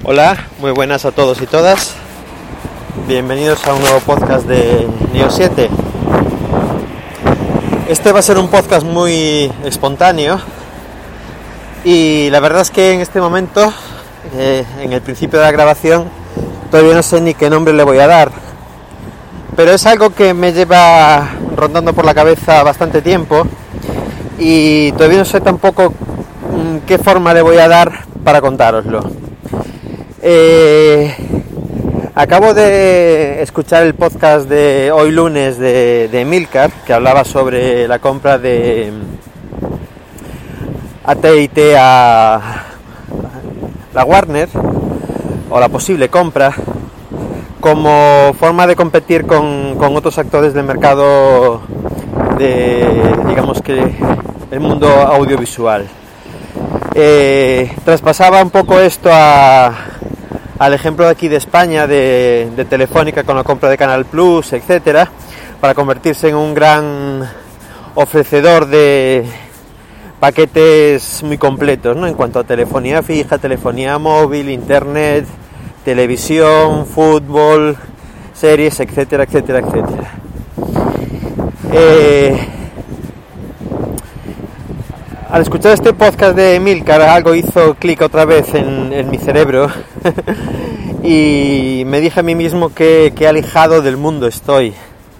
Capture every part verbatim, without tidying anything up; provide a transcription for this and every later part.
Hola, muy buenas a todos y todas. Bienvenidos a un nuevo podcast de Neo siete. Este va a ser un podcast muy espontáneo y la verdad es que en este momento, eh, en el principio de la grabación, todavía no sé ni qué nombre le voy a dar. Pero es algo que me lleva rondando por la cabeza bastante tiempo y todavía no sé tampoco mmm, qué forma le voy a dar para contároslo. Eh, acabo de escuchar el podcast de hoy lunes de, de Emilcar, que hablaba sobre la compra de A T and T a la Warner, o la posible compra, como forma de competir con, con otros actores del mercado de, digamos que, el mundo audiovisual. Eh, traspasaba un poco esto a al ejemplo de aquí de España, de, de Telefónica con la compra de Canal Plus, etcétera, para convertirse en un gran ofrecedor de paquetes muy completos, ¿no? En cuanto a telefonía fija, telefonía móvil, internet, televisión, fútbol, series, etcétera, etcétera, etcétera. Eh, Al escuchar este podcast de Emilcar, algo hizo clic otra vez en, en mi cerebro y me dije a mí mismo que, que alejado del mundo estoy.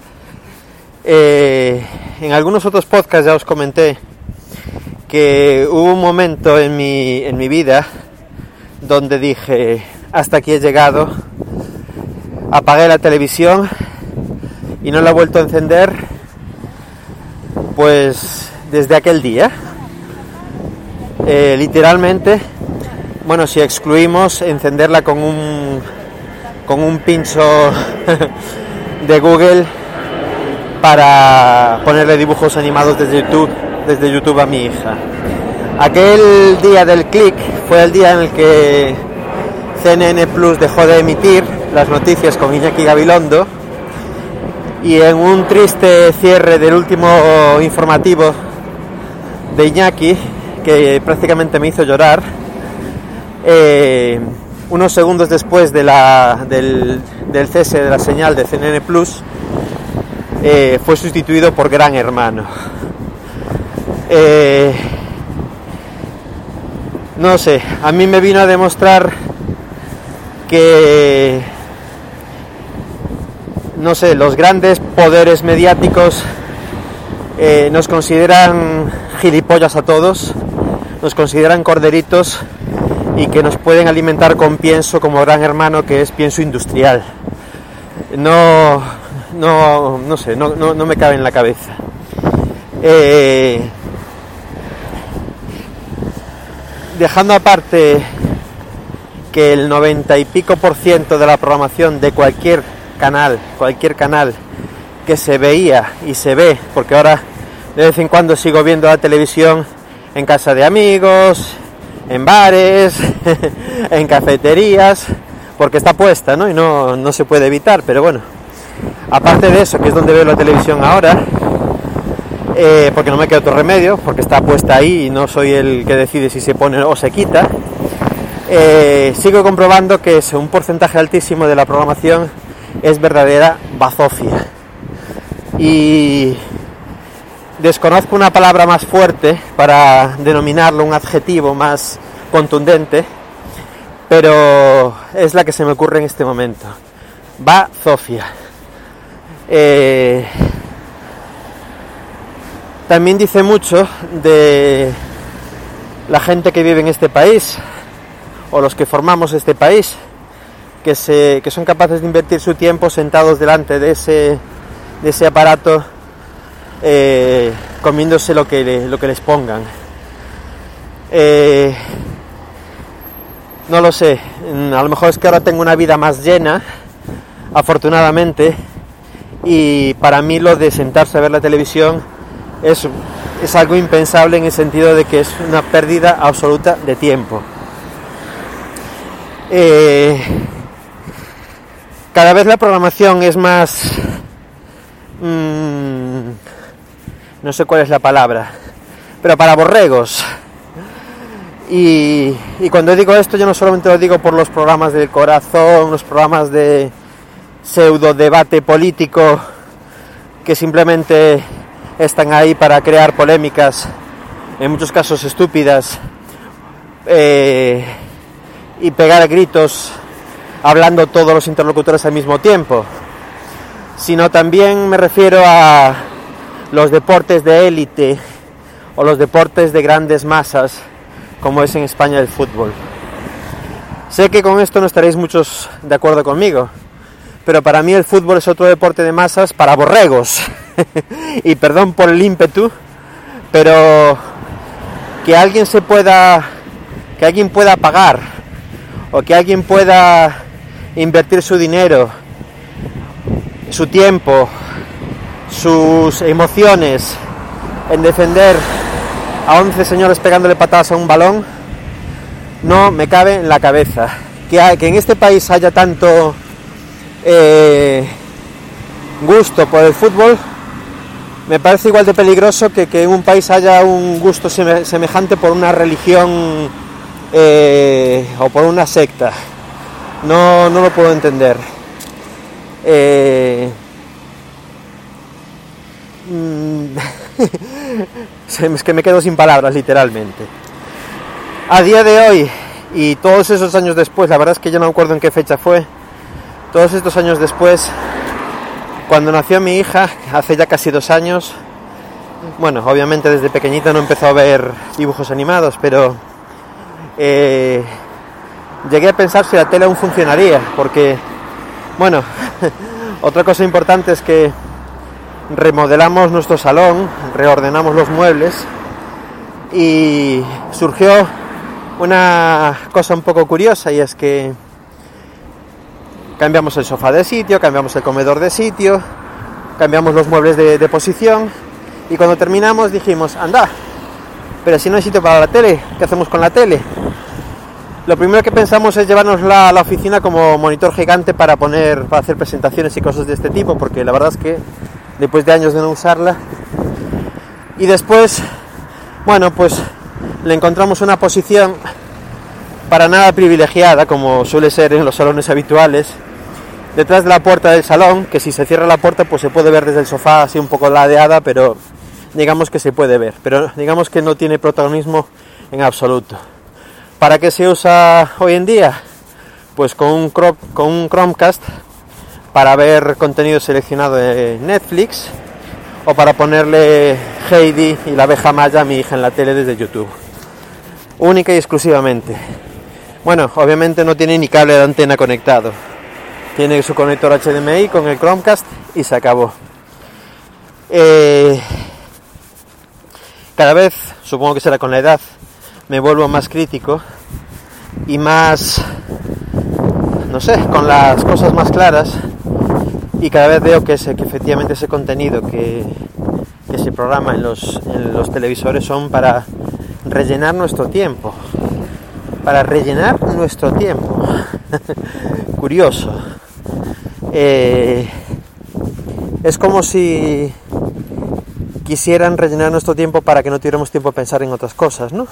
Eh, en algunos otros podcasts ya os comenté que hubo un momento en mi, en mi vida donde dije, hasta aquí he llegado, apagué la televisión y no la he vuelto a encender pues desde aquel día. Eh, literalmente, bueno, si excluimos encenderla con un con un pincho de Google para ponerle dibujos animados desde YouTube, desde YouTube a mi hija. Aquel día del click fue el día en el que C N N Plus dejó de emitir las noticias con Iñaki Gabilondo y en un triste cierre del último informativo de Iñaki, que prácticamente me hizo llorar, eh, unos segundos después de la, del, del cese de la señal de C N N Plus, eh, fue sustituido por Gran Hermano. Eh, no sé, a mí me vino a demostrar que, no sé, los grandes poderes mediáticos eh, nos consideran gilipollas a todos, nos consideran corderitos y que nos pueden alimentar con pienso como Gran Hermano, que es pienso industrial. No, no, no sé, no, no, no me cabe en la cabeza. Eh, dejando aparte que el noventa y pico por ciento de la programación de cualquier canal, cualquier canal que se veía y se ve, porque ahora de vez en cuando sigo viendo la televisión en casa de amigos, en bares, en cafeterías, porque está puesta, ¿no? Y no, no se puede evitar, pero bueno, aparte de eso, que es donde veo la televisión ahora, eh, porque no me queda otro remedio, porque está puesta ahí y no soy el que decide si se pone o se quita, eh, sigo comprobando que es un porcentaje altísimo de la programación es verdadera bazofia. Y desconozco una palabra más fuerte para denominarlo, un adjetivo más contundente, pero es la que se me ocurre en este momento. Bazofia. Eh, también dice mucho de la gente que vive en este país, o los que formamos este país, que, se, que son capaces de invertir su tiempo sentados delante de ese, de ese aparato, Eh, comiéndose lo que, le, lo que les pongan. Eh, no lo sé, a lo mejor es que ahora tengo una vida más llena, afortunadamente, y para mí lo de sentarse a ver la televisión es, es algo impensable, en el sentido de que es una pérdida absoluta de tiempo. Eh, cada vez la programación es más mmm, no sé cuál es la palabra, pero para borregos. Y, y cuando digo esto, yo no solamente lo digo por los programas del corazón, los programas de pseudo debate político que simplemente están ahí para crear polémicas, en muchos casos estúpidas, eh, y pegar gritos hablando todos los interlocutores al mismo tiempo, sino también me refiero a los deportes de élite o los deportes de grandes masas, como es en España el fútbol. Sé que con esto no estaréis muchos de acuerdo conmigo, pero para mí el fútbol es otro deporte de masas para borregos. Y perdón por el ímpetu, pero que alguien se pueda, que alguien pueda pagar, o que alguien pueda invertir su dinero, su tiempo, sus emociones en defender a once señores pegándole patadas a un balón, no me cabe en la cabeza. Que, hay, que en este país haya tanto eh, gusto por el fútbol, me parece igual de peligroso que que en un país haya un gusto seme, semejante por una religión eh, o por una secta. No, no lo puedo entender. Eh, es que me quedo sin palabras, literalmente. A día de hoy, y todos esos años después, la verdad es que yo no me acuerdo en qué fecha fue, todos estos años después, cuando nació mi hija, hace ya casi dos años, bueno, obviamente desde pequeñita no empezó a ver dibujos animados, pero eh, llegué a pensar si la tele aún funcionaría, porque, bueno, otra cosa importante es que remodelamos nuestro salón, reordenamos los muebles y surgió una cosa un poco curiosa, y es que cambiamos el sofá de sitio, cambiamos el comedor de sitio, cambiamos los muebles de, de posición, y cuando terminamos dijimos, anda, pero si no hay sitio para la tele, ¿qué hacemos con la tele? Lo primero que pensamos es llevárnosla a la oficina como monitor gigante para poner, para hacer presentaciones y cosas de este tipo, porque la verdad es que después de años de no usarla, y después, bueno, pues le encontramos una posición para nada privilegiada, como suele ser en los salones habituales, detrás de la puerta del salón, que si se cierra la puerta pues se puede ver desde el sofá, así un poco ladeada, pero digamos que se puede ver, pero digamos que no tiene protagonismo en absoluto. ¿Para qué se usa hoy en día? Pues con un, crop, con un Chromecast para ver contenido seleccionado de Netflix, o para ponerle Heidi y la abeja maya a mi hija en la tele desde YouTube. Única y exclusivamente. Bueno, obviamente no tiene ni cable de antena conectado. Tiene su conector H D M I con el Chromecast y se acabó. Eh, cada vez, supongo que será con la edad, me vuelvo más crítico y más, no sé, con las cosas más claras, y cada vez veo que, ese, que efectivamente ese contenido que, que se programa en los, en los televisores son para rellenar nuestro tiempo, para rellenar nuestro tiempo. Curioso. Eh, es como si quisieran rellenar nuestro tiempo para que no tuviéramos tiempo a pensar en otras cosas, ¿no?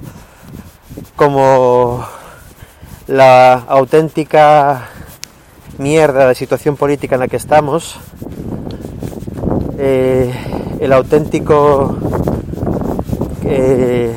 Como la auténtica mierda de situación política en la que estamos, eh, el auténtico eh,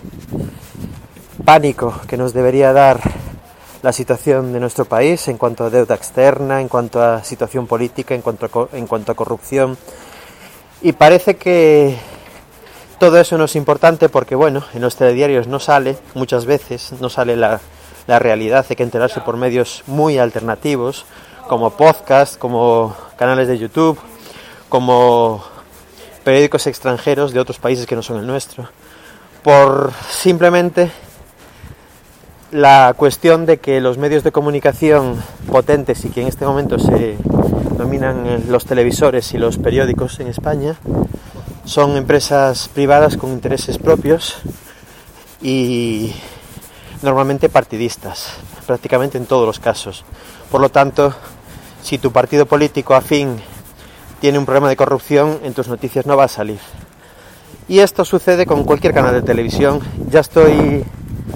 pánico que nos debería dar la situación de nuestro país en cuanto a deuda externa, en cuanto a situación política, en cuanto a, en cuanto a corrupción. Y parece que todo eso no es importante porque, bueno, en los telediarios no sale, muchas veces no sale la, la realidad, hay que enterarse por medios muy alternativos, como podcast, como canales de YouTube, como periódicos extranjeros de otros países que no son el nuestro, por simplemente la cuestión de que los medios de comunicación potentes y que en este momento se dominan los televisores y los periódicos en España son empresas privadas con intereses propios y normalmente partidistas, prácticamente en todos los casos. Por lo tanto, si tu partido político afín tiene un problema de corrupción, en tus noticias no va a salir. Y esto sucede con cualquier canal de televisión. Ya estoy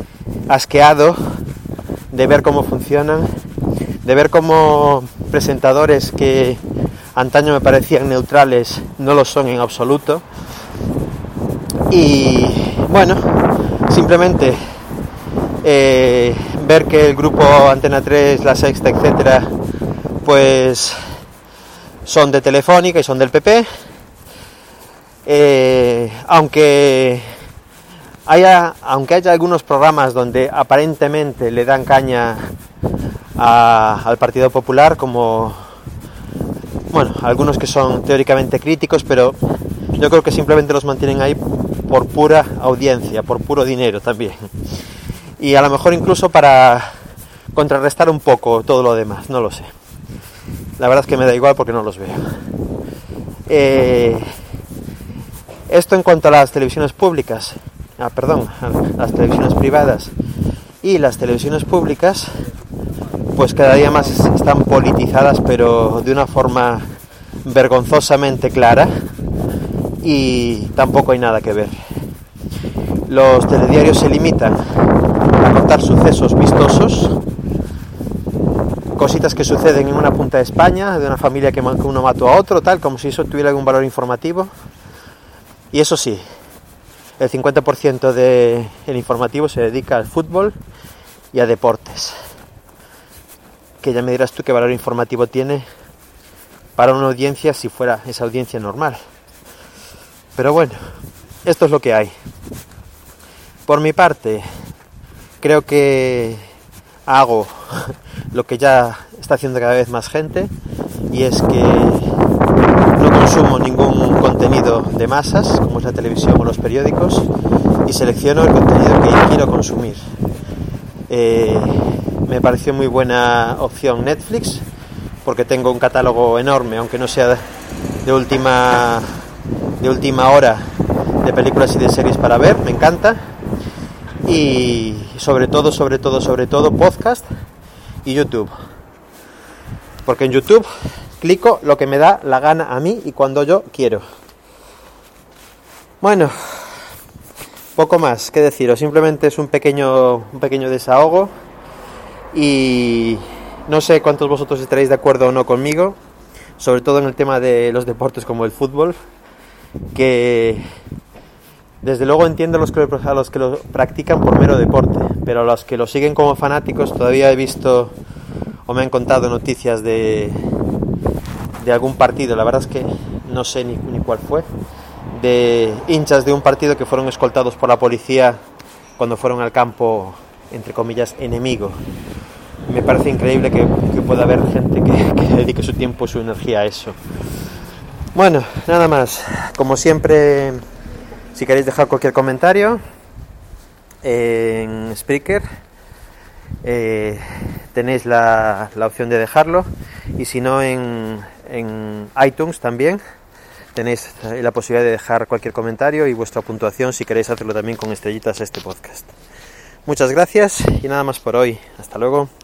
asqueado de ver cómo funcionan, de ver cómo presentadores que antaño me parecían neutrales no lo son en absoluto. Y bueno, simplemente eh, ver que el grupo Antena tres, La Sexta, etcétera, pues son de Telefónica y son del P P, eh, aunque haya aunque haya algunos programas donde aparentemente le dan caña a, al Partido Popular, como bueno, algunos que son teóricamente críticos, pero yo creo que simplemente los mantienen ahí por pura audiencia, por puro dinero también, y a lo mejor incluso para contrarrestar un poco todo lo demás, no lo sé. La verdad es que me da igual porque no los veo. Eh, esto en cuanto a las televisiones públicas, ah, perdón, a las televisiones privadas y las televisiones públicas, pues cada día más están politizadas, pero de una forma vergonzosamente clara, y tampoco hay nada que ver. Los telediarios se limitan a contar sucesos vistosos, cositas que suceden en una punta de España, de una familia que uno mató a otro, tal, como si eso tuviera algún valor informativo. Y eso sí, el cincuenta por ciento del informativo se dedica al fútbol y a deportes, que ya me dirás tú qué valor informativo tiene para una audiencia si fuera esa audiencia normal. Pero bueno, esto es lo que hay. Por mi parte, creo que hago lo que ya está haciendo cada vez más gente, y es que no consumo ningún contenido de masas, como es la televisión o los periódicos, y selecciono el contenido que quiero consumir. Eh, me pareció muy buena opción Netflix, porque tengo un catálogo enorme, aunque no sea de última, de última hora, de películas y de series para ver, me encanta. Y sobre todo, sobre todo, sobre todo podcast y YouTube, porque en YouTube clico lo que me da la gana a mí y cuando yo quiero. Bueno, poco más que deciros, simplemente es un pequeño, un pequeño desahogo, y no sé cuántos vosotros estaréis de acuerdo o no conmigo, sobre todo en el tema de los deportes como el fútbol, que desde luego entiendo a los que, a los que lo practican por mero deporte, pero a los que lo siguen como fanáticos todavía he visto o me han contado noticias de, de algún partido, la verdad es que no sé ni, ni cuál fue, de hinchas de un partido que fueron escoltados por la policía cuando fueron al campo, entre comillas, enemigo. Me parece increíble que, que pueda haber gente que, que dedique su tiempo y su energía a eso. Bueno, nada más. Como siempre, si queréis dejar cualquier comentario en Spreaker, eh, tenéis la, la opción de dejarlo, y si no en, en iTunes también tenéis la posibilidad de dejar cualquier comentario y vuestra puntuación si queréis hacerlo también con estrellitas a este podcast. Muchas gracias y nada más por hoy. Hasta luego.